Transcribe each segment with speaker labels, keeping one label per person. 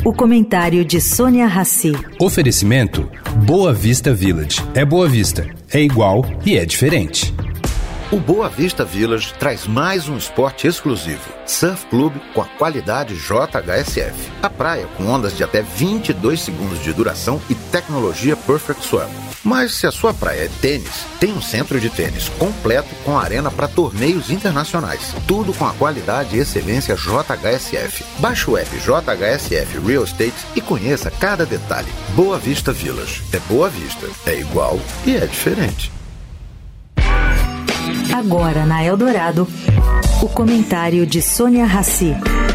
Speaker 1: O comentário de Sônia Rassi.
Speaker 2: Oferecimento Boa Vista Village. É Boa Vista, é igual e é diferente.
Speaker 3: O Boa Vista Village traz mais um esporte exclusivo. Surf Club com a qualidade JHSF. A praia com ondas de até 22 segundos de duração e tecnologia Perfect Swell. Mas se a sua praia é tênis, tem um centro de tênis completo com arena para torneios internacionais. Tudo com a qualidade e excelência JHSF. Baixe o app JHSF Real Estate e conheça cada detalhe. Boa Vista Village. É Boa Vista, é igual e é diferente.
Speaker 1: Agora na Eldorado, o comentário de Sônia Rassi.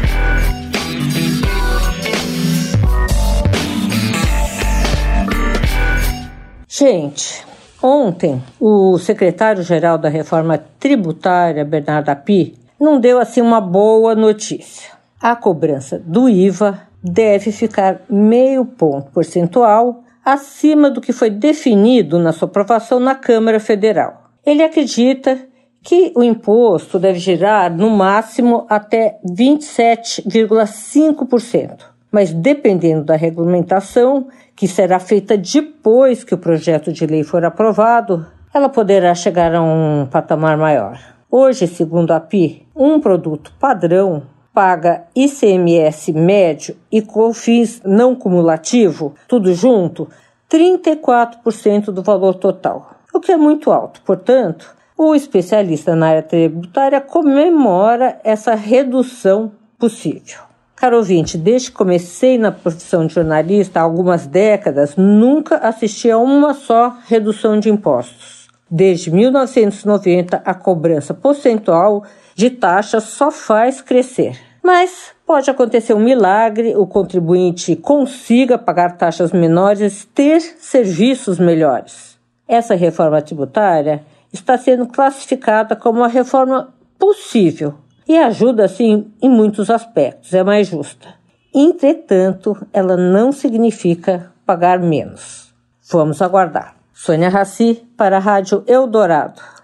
Speaker 4: Gente, ontem o secretário-geral da Reforma Tributária, Bernardo Api, não deu assim uma boa notícia. A cobrança do IVA deve ficar 0,5 ponto percentual acima do que foi definido na sua aprovação na Câmara Federal. Ele acredita que o imposto deve girar no máximo até 27,5%, mas dependendo da regulamentação, que será feita depois que o projeto de lei for aprovado, ela poderá chegar a um patamar maior. Hoje, segundo a API, um produto padrão paga ICMS médio e COFINS não cumulativo, tudo junto, 34% do valor total, o que é muito alto. Portanto, o especialista na área tributária comemora essa redução possível. Caro ouvinte, desde que comecei na profissão de jornalista há algumas décadas, nunca assisti a uma só redução de impostos. Desde 1990, a cobrança percentual de taxas só faz crescer. Mas pode acontecer um milagre, o contribuinte consiga pagar taxas menores e ter serviços melhores. Essa reforma tributária está sendo classificada como uma reforma possível e ajuda, assim, em muitos aspectos, é mais justa. Entretanto, ela não significa pagar menos. Vamos aguardar. Sônia Rassi para a Rádio Eldorado.